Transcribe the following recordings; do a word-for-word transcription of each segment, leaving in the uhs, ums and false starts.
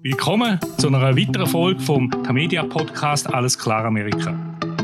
Willkommen zu einer weiteren Folge vom Tamedia Podcast Alles klar Amerika.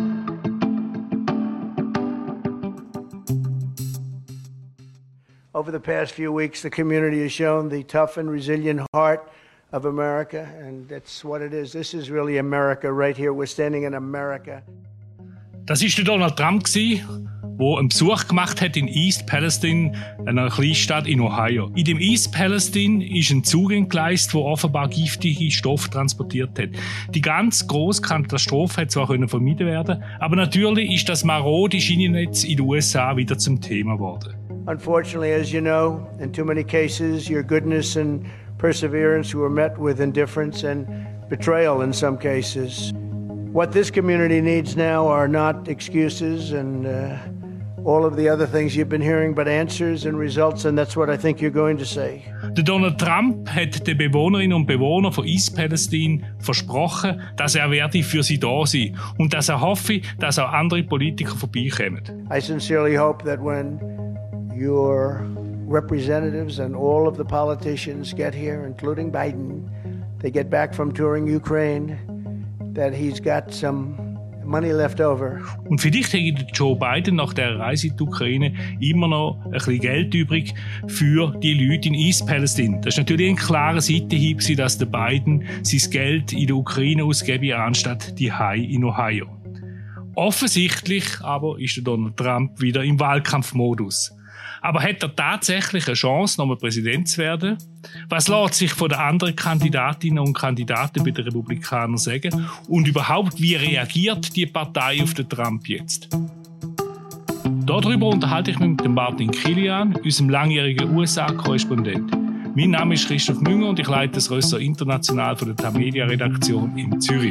Over the past few weeks, the community has shown the tough and resilient heart of America, and that's what it is. This is really America right here. We're standing in America. Das war Donald Trump, der einen Besuch gemacht hat in East Palestine, einer Kleinstadt in Ohio. In dem East Palestine ist ein Zug entgleist, der offenbar giftige Stoffe transportiert hat. Die ganz grosse Katastrophe hat zwar können vermieden werden, aber natürlich ist das marode Schienennetz in den U S A wieder zum Thema geworden. Unfortunately, as you know, in too many cases, your goodness and perseverance were met with indifference and betrayal in some cases. What this community needs now are not excuses and uh, all of the other things you've been hearing, but answers and results, and that's what I think you're going to say. Der Donald Trump hat den Bewohnerinnen und Bewohnern von East Palestine versprochen, dass er werde für sie da sein und dass er hoffe, dass auch andere Politiker vorbeikommen. I sincerely hope that when your representatives and all of the politicians get here, including Biden, they get back from touring Ukraine, that he's got some money left over. Und vielleicht hätte Joe Biden nach der Reise in die Ukraine immer noch ein bisschen Geld übrig für die Leute in East Palestine. Das ist natürlich ein klarer Seitenhieb, dass der Biden sein Geld in der Ukraine ausgebe, anstatt die Hai in Ohio. Offensichtlich aber ist der Donald Trump wieder im Wahlkampfmodus. Aber hat er tatsächlich eine Chance, nochmal Präsident zu werden? Was lässt sich von den anderen Kandidatinnen und Kandidaten bei den Republikanern sagen? Und überhaupt, wie reagiert die Partei auf den Trump jetzt? Darüber unterhalte ich mich mit dem Martin Kilian, unserem langjährigen U S A-Korrespondent. Mein Name ist Christoph Münger und ich leite das Ressort International von der Tamedia-Redaktion in Zürich.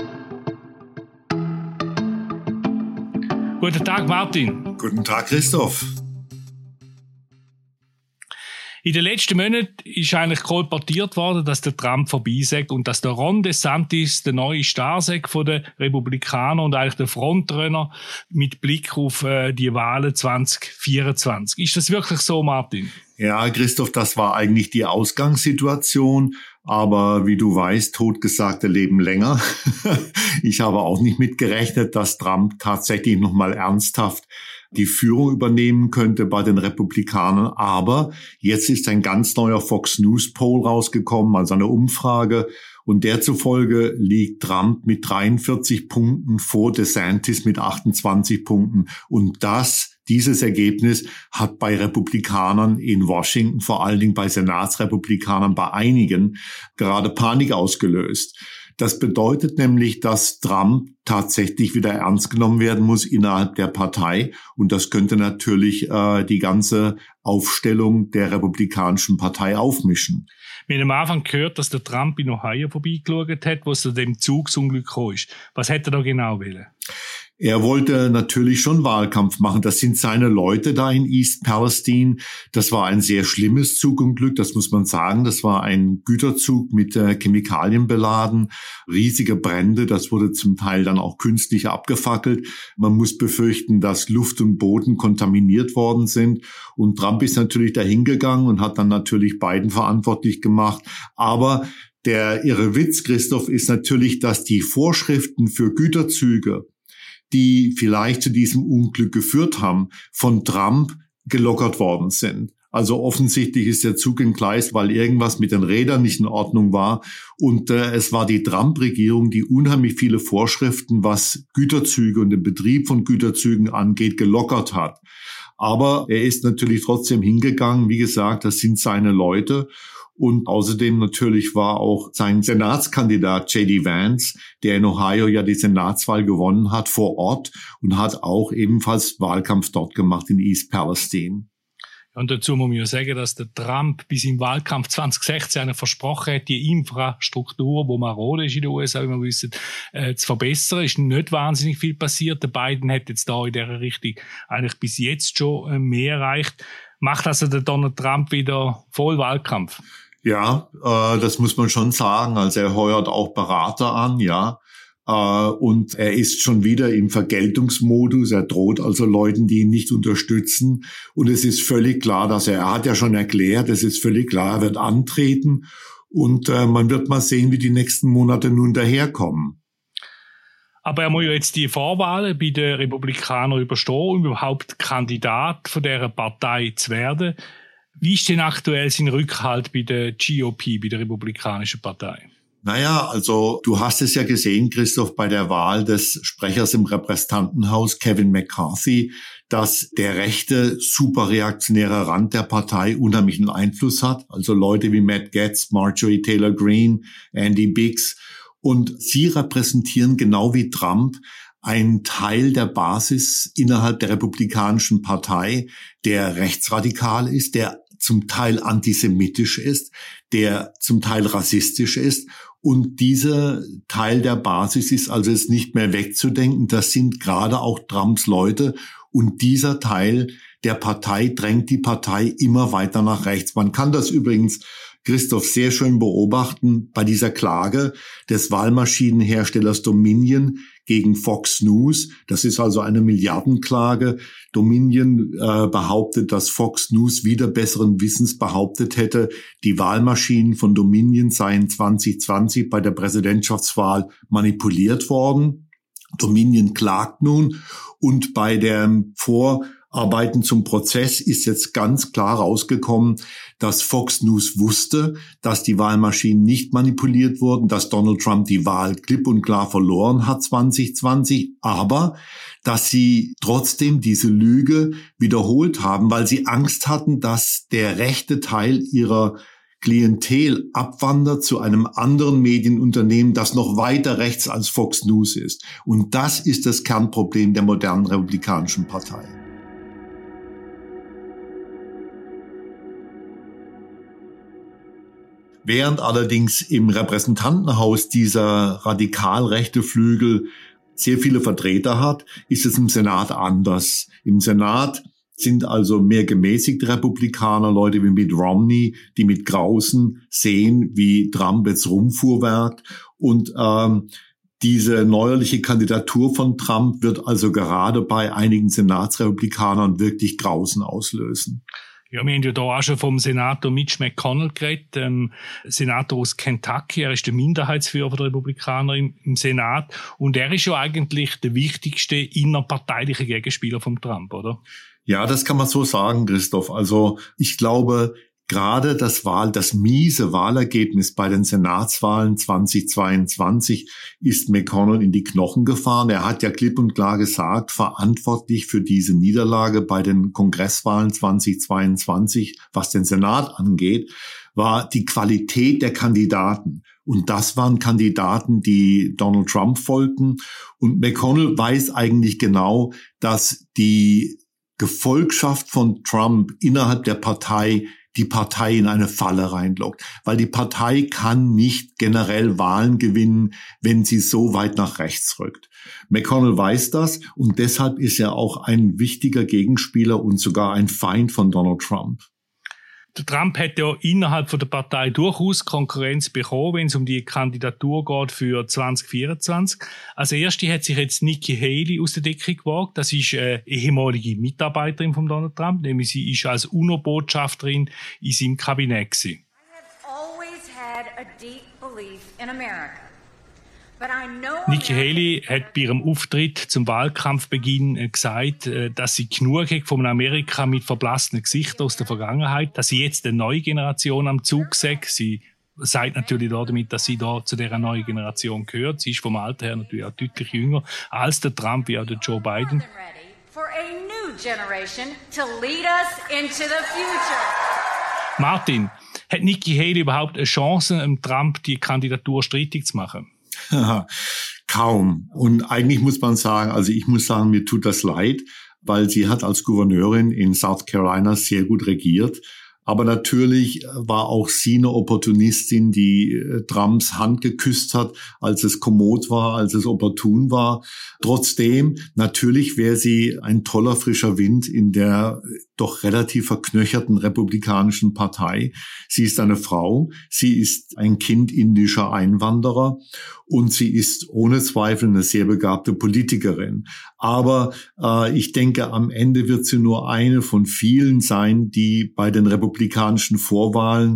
Guten Tag, Martin. Guten Tag, Christoph. In den letzten Monaten ist eigentlich kolportiert worden, dass der Trump vorbei sei und dass der Ron DeSantis der neue Star sei von den Republikanern und eigentlich der Frontrunner mit Blick auf äh, die Wahlen zwanzig vierundzwanzig. Ist das wirklich so, Martin? Ja, Christoph, das war eigentlich die Ausgangssituation. Aber wie du weißt, Totgesagte leben länger. Ich habe auch nicht mitgerechnet, dass Trump tatsächlich nochmal ernsthaft die Führung übernehmen könnte bei den Republikanern. Aber jetzt ist ein ganz neuer Fox News Poll rausgekommen, also eine Umfrage. Und der zufolge liegt Trump mit dreiundvierzig Punkten vor DeSantis mit achtundzwanzig Punkten. Und das, dieses Ergebnis hat bei Republikanern in Washington, vor allen Dingen bei Senatsrepublikanern, bei einigen, gerade Panik ausgelöst. Das bedeutet nämlich, dass Trump tatsächlich wieder ernst genommen werden muss innerhalb der Partei. Und das könnte natürlich äh, die ganze Aufstellung der Republikanischen Partei aufmischen. Wir haben am Anfang gehört, dass der Trump in Ohio vorbeigeschaut hat, wo es zu dem Zugsunglück gekommen ist. Was hätte er da genau wollen? Er wollte natürlich schon Wahlkampf machen. Das sind seine Leute da in East Palestine. Das war ein sehr schlimmes Zugunglück, das muss man sagen. Das war ein Güterzug mit äh, Chemikalien beladen, riesige Brände. Das wurde zum Teil dann auch künstlich abgefackelt. Man muss befürchten, dass Luft und Boden kontaminiert worden sind. Und Trump ist natürlich dahin gegangen und hat dann natürlich Biden verantwortlich gemacht. Aber der irre Witz, Christoph, ist natürlich, dass die Vorschriften für Güterzüge, die vielleicht zu diesem Unglück geführt haben, von Trump gelockert worden sind. Also offensichtlich ist der Zug entgleist, weil irgendwas mit den Rädern nicht in Ordnung war. Und äh, es war die Trump-Regierung, die unheimlich viele Vorschriften, was Güterzüge und den Betrieb von Güterzügen angeht, gelockert hat. Aber er ist natürlich trotzdem hingegangen. Wie gesagt, das sind seine Leute. Und außerdem natürlich war auch sein Senatskandidat J D Vance, der in Ohio ja die Senatswahl gewonnen hat, vor Ort und hat auch ebenfalls Wahlkampf dort gemacht in East Palestine. Und dazu muss man ja sagen, dass der Trump bis im Wahlkampf zwanzig sechzehn versprochen hat, die Infrastruktur, die marode ist in den U S A, wie wir wissen, äh, zu verbessern. Ist nicht wahnsinnig viel passiert. Der Biden hat jetzt da in dieser Richtung eigentlich bis jetzt schon äh, mehr erreicht. Macht also der Donald Trump wieder voll Wahlkampf? Ja, äh, das muss man schon sagen. Also er heuert auch Berater an, ja. Und er ist schon wieder im Vergeltungsmodus. Er droht also Leuten, die ihn nicht unterstützen. Und es ist völlig klar, dass er, er hat ja schon erklärt, es ist völlig klar, er wird antreten. Und äh, man wird mal sehen, wie die nächsten Monate nun daherkommen. Aber er muss ja jetzt die Vorwahlen bei den Republikanern überstehen, um überhaupt Kandidat von dieser Partei zu werden. Wie ist denn aktuell sein Rückhalt bei der G O P, bei der Republikanischen Partei? Naja, also du hast es ja gesehen, Christoph, bei der Wahl des Sprechers im Repräsentantenhaus, Kevin McCarthy, dass der rechte, superreaktionäre Rand der Partei unheimlichen Einfluss hat. Also Leute wie Matt Gaetz, Marjorie Taylor Greene, Andy Biggs. Und sie repräsentieren genau wie Trump einen Teil der Basis innerhalb der Republikanischen Partei, der rechtsradikal ist, der zum Teil antisemitisch ist, der zum Teil rassistisch ist. Und dieser Teil der Basis ist also jetzt nicht mehr wegzudenken. Das sind gerade auch Trumps Leute. Und dieser Teil der Partei drängt die Partei immer weiter nach rechts. Man kann das übrigens, Christoph, sehr schön beobachten bei dieser Klage des Wahlmaschinenherstellers Dominion gegen Fox News. Das ist also eine Milliardenklage. Dominion äh, behauptet, dass Fox News wieder besseren Wissens behauptet hätte, die Wahlmaschinen von Dominion seien zwanzig zwanzig bei der Präsidentschaftswahl manipuliert worden. Dominion klagt nun und bei dem Vorarbeiten zum Prozess ist jetzt ganz klar rausgekommen, dass Fox News wusste, dass die Wahlmaschinen nicht manipuliert wurden, dass Donald Trump die Wahl klipp und klar verloren hat zwanzig zwanzig, aber dass sie trotzdem diese Lüge wiederholt haben, weil sie Angst hatten, dass der rechte Teil ihrer Klientel abwandert zu einem anderen Medienunternehmen, das noch weiter rechts als Fox News ist. Und das ist das Kernproblem der modernen Republikanischen Partei. Während allerdings im Repräsentantenhaus dieser radikal rechte Flügel sehr viele Vertreter hat, ist es im Senat anders. Im Senat sind also mehr gemäßigte Republikaner, Leute wie Mitt Romney, die mit Grausen sehen, wie Trump jetzt rumfuhrwerkt. Und ähm, diese neuerliche Kandidatur von Trump wird also gerade bei einigen Senatsrepublikanern wirklich Grausen auslösen. Ja, wir haben ja da auch schon vom Senator Mitch McConnell geredet, ähm, Senator aus Kentucky. Er ist der Minderheitsführer der Republikaner im, im Senat. Und er ist ja eigentlich der wichtigste innerparteiliche Gegenspieler von Trump, oder? Ja, das kann man so sagen, Christoph. Also ich glaube, gerade das Wahl, das miese Wahlergebnis bei den Senatswahlen zweitausendzweiundzwanzig ist McConnell in die Knochen gefahren. Er hat ja klipp und klar gesagt, verantwortlich für diese Niederlage bei den Kongresswahlen zweitausendzweiundzwanzig, was den Senat angeht, war die Qualität der Kandidaten. Und das waren Kandidaten, die Donald Trump folgten. Und McConnell weiß eigentlich genau, dass die Gefolgschaft von Trump innerhalb der Partei die Partei in eine Falle reinlockt. Weil die Partei kann nicht generell Wahlen gewinnen, wenn sie so weit nach rechts rückt. McConnell weiß das und deshalb ist er auch ein wichtiger Gegenspieler und sogar ein Feind von Donald Trump. Der Trump hat ja innerhalb von der Partei durchaus Konkurrenz bekommen, wenn es um die Kandidatur geht für zwanzig vierundzwanzig. Als erste hat sich jetzt Nikki Haley aus der Decke gewagt. Das ist eine ehemalige Mitarbeiterin von Donald Trump, nämlich sie ist als UNO-Botschafterin in seinem Kabinett gewesen. I have always had a deep belief in America. Nikki Haley hat bei ihrem Auftritt zum Wahlkampfbeginn gesagt, dass sie genug hat von Amerika mit verblassten Gesichtern aus der Vergangenheit, dass sie jetzt eine neue Generation am Zug sei. Sie sagt natürlich damit, dass sie da zu dieser neuen Generation gehört. Sie ist vom Alter her natürlich auch deutlich jünger als der Trump wie auch der Joe Biden. Martin, hat Nikki Haley überhaupt eine Chance, dem Trump die Kandidatur streitig zu machen? Kaum. Und eigentlich muss man sagen, also ich muss sagen, mir tut das leid, weil sie hat als Gouverneurin in South Carolina sehr gut regiert. Aber natürlich war auch sie eine Opportunistin, die äh, Trumps Hand geküsst hat, als es kommod war, als es opportun war. Trotzdem, natürlich wäre sie ein toller frischer Wind in der doch relativ verknöcherten republikanischen Partei. Sie ist eine Frau, sie ist ein Kind indischer Einwanderer und sie ist ohne Zweifel eine sehr begabte Politikerin. Aber äh, ich denke, am Ende wird sie nur eine von vielen sein, die bei den republikanischen Vorwahlen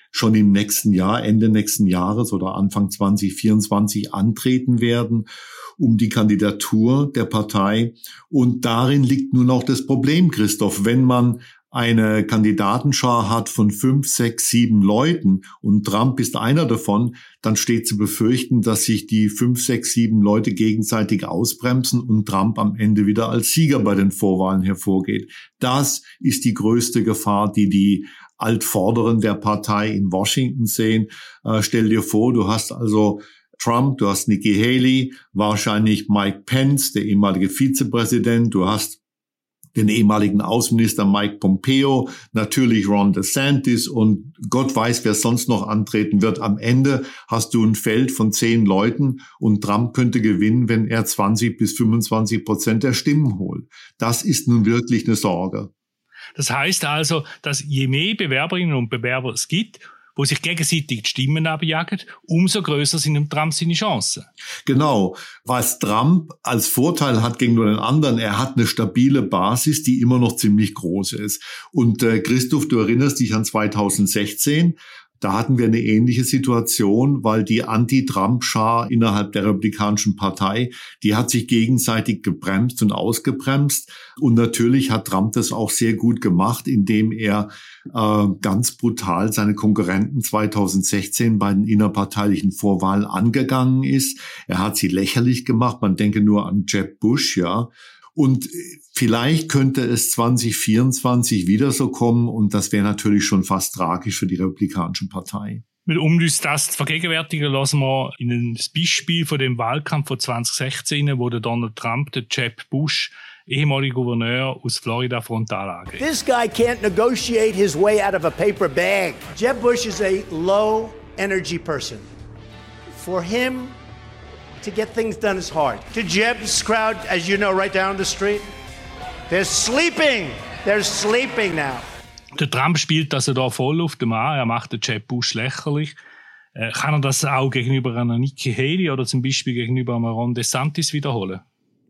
schon im nächsten Jahr, Ende nächsten Jahres oder Anfang zwanzig vierundzwanzig antreten werden um die Kandidatur der Partei. Und darin liegt nun auch das Problem, Christoph, wenn man eine Kandidatenschar hat von fünf, sechs, sieben Leuten und Trump ist einer davon, dann steht zu befürchten, dass sich die fünf, sechs, sieben Leute gegenseitig ausbremsen und Trump am Ende wieder als Sieger bei den Vorwahlen hervorgeht. Das ist die größte Gefahr, die die Altvorderen der Partei in Washington sehen. Äh, stell dir vor, du hast also Trump, du hast Nikki Haley, wahrscheinlich Mike Pence, der ehemalige Vizepräsident, du hast den ehemaligen Außenminister Mike Pompeo, natürlich Ron DeSantis und Gott weiß, wer sonst noch antreten wird. Am Ende hast du ein Feld von zehn Leuten und Trump könnte gewinnen, wenn er zwanzig bis fünfundzwanzig Prozent der Stimmen holt. Das ist nun wirklich eine Sorge. Das heißt also, dass je mehr Bewerberinnen und Bewerber es gibt, wo sich gegenseitig die Stimmen abjagen, umso größer sind Trump seine Chancen. Genau. Was Trump als Vorteil hat gegenüber den anderen, er hat eine stabile Basis, die immer noch ziemlich groß ist. Und äh, Christoph, du erinnerst dich an zweitausendsechzehn, da hatten wir eine ähnliche Situation, weil die Anti-Trump-Schar innerhalb der Republikanischen Partei, die hat sich gegenseitig gebremst und ausgebremst. Und natürlich hat Trump das auch sehr gut gemacht, indem er äh, ganz brutal seine Konkurrenten zweitausendsechzehn bei den innerparteilichen Vorwahlen angegangen ist. Er hat sie lächerlich gemacht. Man denke nur an Jeb Bush, ja. Und vielleicht könnte es zwanzig vierundzwanzig wieder so kommen und das wäre natürlich schon fast tragisch für die Republikanische Partei. Um uns das zu vergegenwärtigen, lassen wir in ein Beispiel von dem Wahlkampf von zwanzig sechzehn, wo der Donald Trump, der Jeb Bush, ehemaliger Gouverneur aus Florida, frontal angeht. This guy can't negotiate his way out of a paper bag. Jeb Bush is a low energy person. For him to get things done is hard. To Jeb's crowd, as you know, right down the street, they're sleeping. They're sleeping now. Der Trump spielt also da voll auf dem Mann. Er macht den Jeb Bush lächerlich. Äh, kann er das auch gegenüber einer Nikki Haley oder zum Beispiel gegenüber einem Ron DeSantis wiederholen?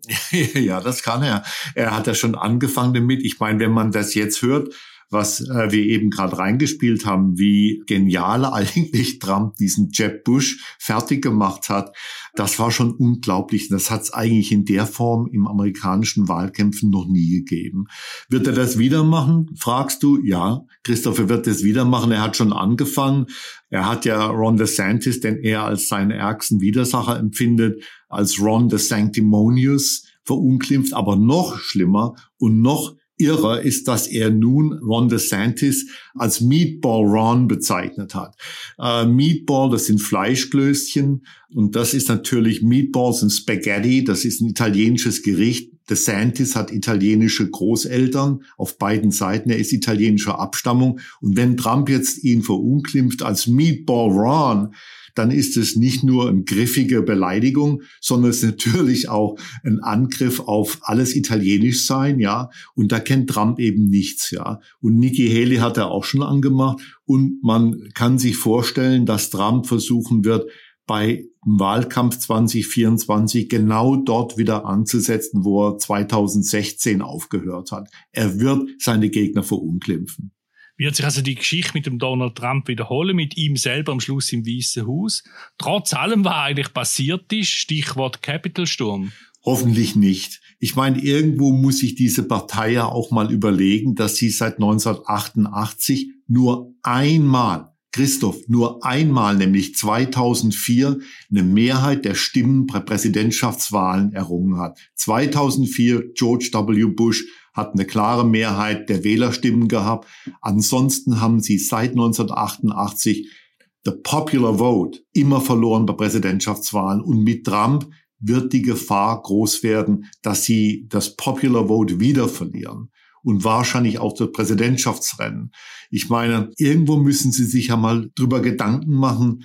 Ja, das kann er. Er hat ja schon angefangen damit. Ich meine, wenn man das jetzt hört, was äh, wir eben gerade reingespielt haben, wie genial eigentlich Trump diesen Jeb Bush fertig gemacht hat, das war schon unglaublich. Das hat es eigentlich in der Form im amerikanischen Wahlkämpfen noch nie gegeben. Wird er das wieder machen, fragst du? Ja, Christopher wird das wieder machen. Er hat schon angefangen. Er hat ja Ron DeSantis, den er als seinen ärgsten Widersacher empfindet, als Ron the Sanctimonious verunglimpft. Aber noch schlimmer und noch irrer ist, dass er nun Ron DeSantis als Meatball Ron bezeichnet hat. Äh, Meatball, das sind Fleischklößchen und das ist natürlich Meatballs und Spaghetti, das ist ein italienisches Gericht. DeSantis hat italienische Großeltern auf beiden Seiten, er ist italienischer Abstammung und wenn Trump jetzt ihn verunglimpft als Meatball Ron, dann ist es nicht nur eine griffige Beleidigung, sondern es ist natürlich auch ein Angriff auf alles Italienisch sein, ja. Und da kennt Trump eben nichts, ja. Und Nikki Haley hat er auch schon angemacht. Und man kann sich vorstellen, dass Trump versuchen wird, bei dem Wahlkampf zwanzig vierundzwanzig genau dort wieder anzusetzen, wo er zweitausendsechzehn aufgehört hat. Er wird seine Gegner verunglimpfen. Wird sich also die Geschichte mit dem Donald Trump wiederholen, mit ihm selber am Schluss im Weißen Haus? Trotz allem, was eigentlich passiert ist, Stichwort Capitol-Sturm. Hoffentlich nicht. Ich meine, irgendwo muss sich diese Partei ja auch mal überlegen, dass sie seit neunzehnhundertachtundachtzig nur einmal, Christoph, nur einmal, nämlich zweitausendvier, eine Mehrheit der Stimmen bei Präsidentschaftswahlen errungen hat. zweitausendvier, George W. Bush hat eine klare Mehrheit der Wählerstimmen gehabt. Ansonsten haben sie seit neunzehnhundertachtundachtzig the popular vote immer verloren bei Präsidentschaftswahlen. Und mit Trump wird die Gefahr groß werden, dass sie das popular vote wieder verlieren. Und wahrscheinlich auch das Präsidentschaftsrennen. Ich meine, irgendwo müssen sie sich ja mal drüber Gedanken machen,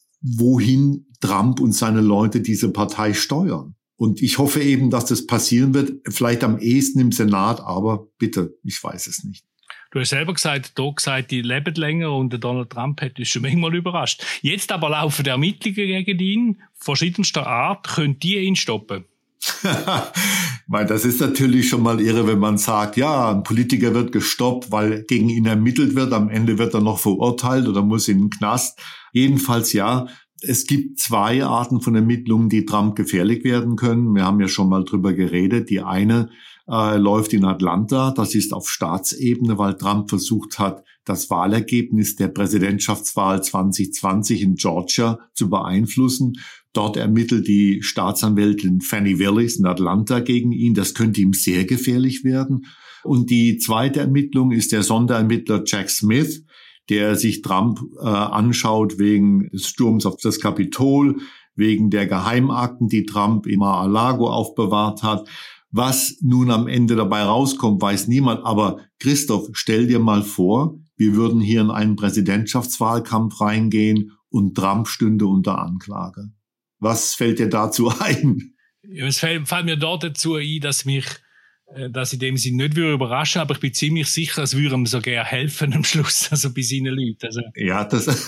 wohin Trump und seine Leute diese Partei steuern. Und ich hoffe eben, dass das passieren wird, vielleicht am ehesten im Senat, aber bitte, ich weiß es nicht. Du hast selber gesagt, da gesagt, die leben länger und der Donald Trump hat uns schon manchmal überrascht. Jetzt aber laufen die Ermittlungen gegen ihn verschiedenster Art. Können die ihn stoppen? Weil das ist natürlich schon mal irre, wenn man sagt, ja, ein Politiker wird gestoppt, weil gegen ihn ermittelt wird. Am Ende wird er noch verurteilt oder muss in den Knast. Jedenfalls ja. Es gibt zwei Arten von Ermittlungen, die Trump gefährlich werden können. Wir haben ja schon mal drüber geredet. Die eine äh, läuft in Atlanta. Das ist auf Staatsebene, weil Trump versucht hat, das Wahlergebnis der Präsidentschaftswahl zwanzig zwanzig in Georgia zu beeinflussen. Dort ermittelt die Staatsanwältin Fani Willis in Atlanta gegen ihn. Das könnte ihm sehr gefährlich werden. Und die zweite Ermittlung ist der Sonderermittler Jack Smith, der sich Trump äh, anschaut wegen des Sturms auf das Kapitol, wegen der Geheimakten, die Trump in Mar-a-Lago aufbewahrt hat. Was nun am Ende dabei rauskommt, weiß niemand. Aber Christoph, stell dir mal vor, wir würden hier in einen Präsidentschaftswahlkampf reingehen und Trump stünde unter Anklage. Was fällt dir dazu ein? Ja, es fällt, fällt mir dort dazu ein, dass mich dass in dem Sinne nicht würde überraschen, aber ich bin ziemlich sicher, es würde ihm sogar helfen am Schluss, also bei seinen Leuten. Also, ja, das,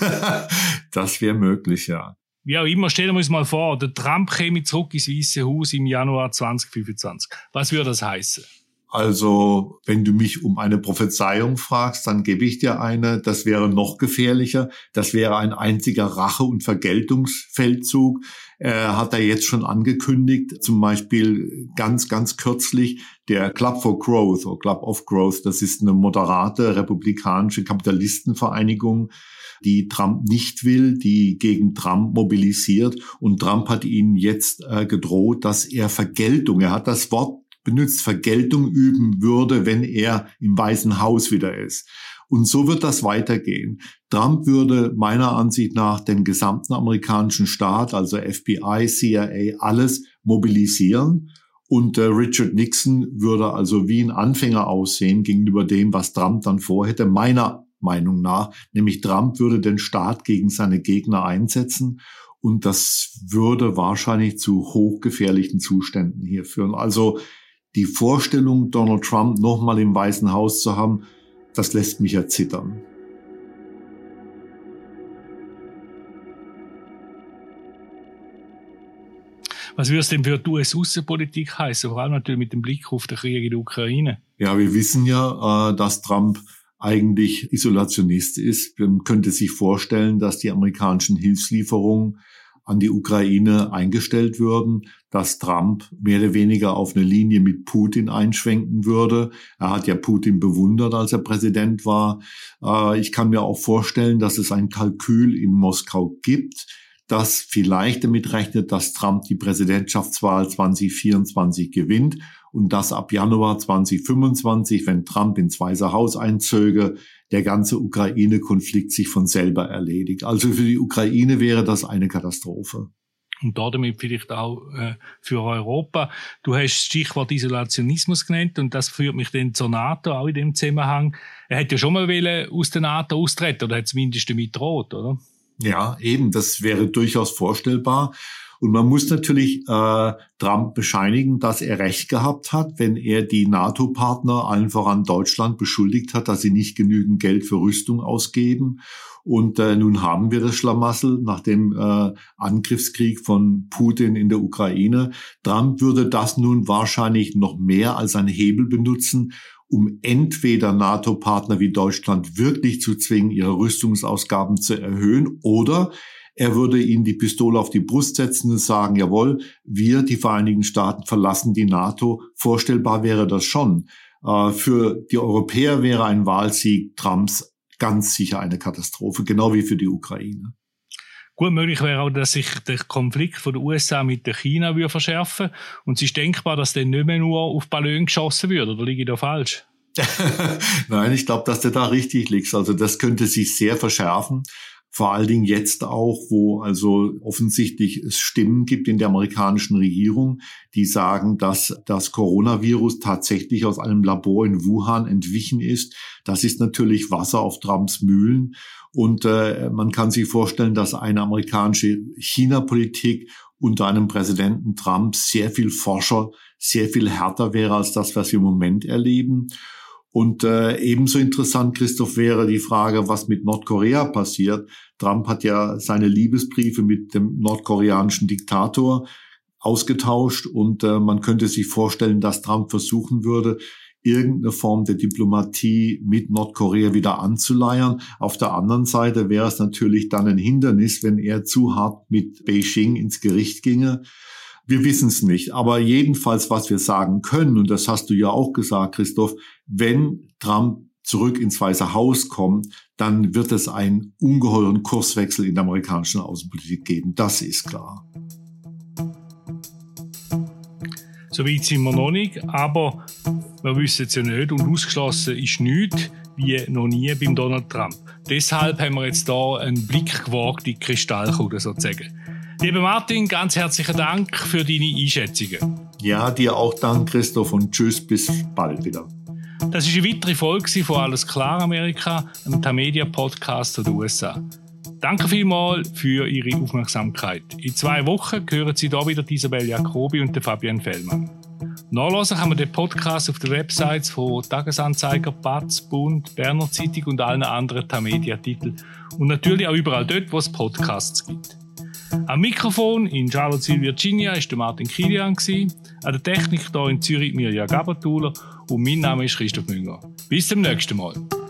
das wäre möglich, ja. Wie auch immer, stellen wir uns mal vor, der Trump käme zurück ins Weiße Haus im Januar zwanzig fünfundzwanzig. Was würde das heißen? Also, wenn du mich um eine Prophezeiung fragst, dann gebe ich dir eine. Das wäre noch gefährlicher. Das wäre ein einziger Rache- und Vergeltungsfeldzug. Äh, hat er jetzt schon angekündigt. Zum Beispiel ganz, ganz kürzlich der Club for Growth oder Club of Growth. Das ist eine moderate republikanische Kapitalistenvereinigung, die Trump nicht will, die gegen Trump mobilisiert. Und Trump hat ihnen jetzt äh, gedroht, dass er Vergeltung, er hat das Wort benutzt, Vergeltung üben würde, wenn er im Weißen Haus wieder ist. Und so wird das weitergehen. Trump würde meiner Ansicht nach den gesamten amerikanischen Staat, also F B I, C I A, alles mobilisieren. Und äh, Richard Nixon würde also wie ein Anfänger aussehen gegenüber dem, was Trump dann vorhätte, meiner Meinung nach. Nämlich Trump würde den Staat gegen seine Gegner einsetzen. Und das würde wahrscheinlich zu hochgefährlichen Zuständen hier führen. Also die Vorstellung, Donald Trump nochmal im Weißen Haus zu haben, das lässt mich ja zittern. Was würde es denn für die U S-Außenpolitik heißen? Vor allem natürlich mit dem Blick auf den Krieg in der Ukraine. Ja, wir wissen ja, dass Trump eigentlich Isolationist ist. Man könnte sich vorstellen, dass die amerikanischen Hilfslieferungen an die Ukraine eingestellt würden, dass Trump mehr oder weniger auf eine Linie mit Putin einschwenken würde. Er hat ja Putin bewundert, als er Präsident war. Ich kann mir auch vorstellen, dass es ein Kalkül in Moskau gibt, das vielleicht damit rechnet, dass Trump die Präsidentschaftswahl zwanzig vierundzwanzig gewinnt und dass ab Januar zwanzig fünfundzwanzig, wenn Trump ins Weiße Haus einzöge, der ganze Ukraine-Konflikt sich von selber erledigt. Also für die Ukraine wäre das eine Katastrophe. Und damit vielleicht auch äh, für Europa. Du hast das Stichwort Isolationismus genannt und das führt mich dann zur NATO, auch in dem Zusammenhang. Er hätte ja schon mal wollen aus der NATO austreten oder hat zumindest damit droht, oder? Ja, eben, das wäre durchaus vorstellbar. Und man muss natürlich äh, Trump bescheinigen, dass er recht gehabt hat, wenn er die NATO-Partner, allen voran Deutschland, beschuldigt hat, dass sie nicht genügend Geld für Rüstung ausgeben. Und äh, nun haben wir das Schlamassel nach dem äh, Angriffskrieg von Putin in der Ukraine. Trump würde das nun wahrscheinlich noch mehr als einen Hebel benutzen, um entweder NATO-Partner wie Deutschland wirklich zu zwingen, ihre Rüstungsausgaben zu erhöhen, oder er würde ihnen die Pistole auf die Brust setzen und sagen, jawohl, wir, die Vereinigten Staaten, verlassen die NATO. Vorstellbar wäre das schon. Für die Europäer wäre ein Wahlsieg Trumps ganz sicher eine Katastrophe, genau wie für die Ukraine. Gut möglich wäre auch, dass sich der Konflikt von den U S A mit China würde verschärfen. Und es ist denkbar, dass dann nicht mehr nur auf Ballon geschossen wird. Oder liege ich da falsch? Nein, ich glaube, dass du da richtig liegst. Also das könnte sich sehr verschärfen. Vor allen Dingen jetzt auch, wo also offensichtlich es Stimmen gibt in der amerikanischen Regierung, die sagen, dass das Coronavirus tatsächlich aus einem Labor in Wuhan entwichen ist. Das ist natürlich Wasser auf Trumps Mühlen. Und äh, man kann sich vorstellen, dass eine amerikanische China-Politik unter einem Präsidenten Trump sehr viel forscher, sehr viel härter wäre als das, was wir im Moment erleben. Und äh, ebenso interessant, Christoph, wäre die Frage, was mit Nordkorea passiert. Trump hat ja seine Liebesbriefe mit dem nordkoreanischen Diktator ausgetauscht und äh, man könnte sich vorstellen, dass Trump versuchen würde, irgendeine Form der Diplomatie mit Nordkorea wieder anzuleiern. Auf der anderen Seite wäre es natürlich dann ein Hindernis, wenn er zu hart mit Beijing ins Gericht ginge. Wir wissen es nicht. Aber jedenfalls, was wir sagen können, und das hast du ja auch gesagt, Christoph, wenn Trump zurück ins Weiße Haus kommt, dann wird es einen ungeheuren Kurswechsel in der amerikanischen Außenpolitik geben. Das ist klar. So weit sind wir noch nicht, aber wir wissen es ja nicht und ausgeschlossen ist nichts, wie noch nie beim Donald Trump. Deshalb haben wir jetzt hier einen Blick gewagt in die Kristallkugel sozusagen. Lieber Martin, ganz herzlichen Dank für deine Einschätzungen. Ja, dir auch Dank, Christoph, und tschüss, bis bald wieder. Das war eine weitere Folge von «Alles klar Amerika», einem Tamedia-Podcast der U S A. Danke vielmals für Ihre Aufmerksamkeit. In zwei Wochen hören Sie hier wieder Isabel Jacobi und Fabian Fellmann. Nachlesen kann man den Podcast auf den Websites von Tagesanzeiger, Batz, Bund, Berner Zeitung und allen anderen Tamedia-Titeln und natürlich auch überall dort, wo es Podcasts gibt. Am Mikrofon in Charlottesville, Virginia, war der Martin Kilian. An der Technik hier in Zürich Mirja Gabatuller und mein Name ist Christoph Münger. Bis zum nächsten Mal.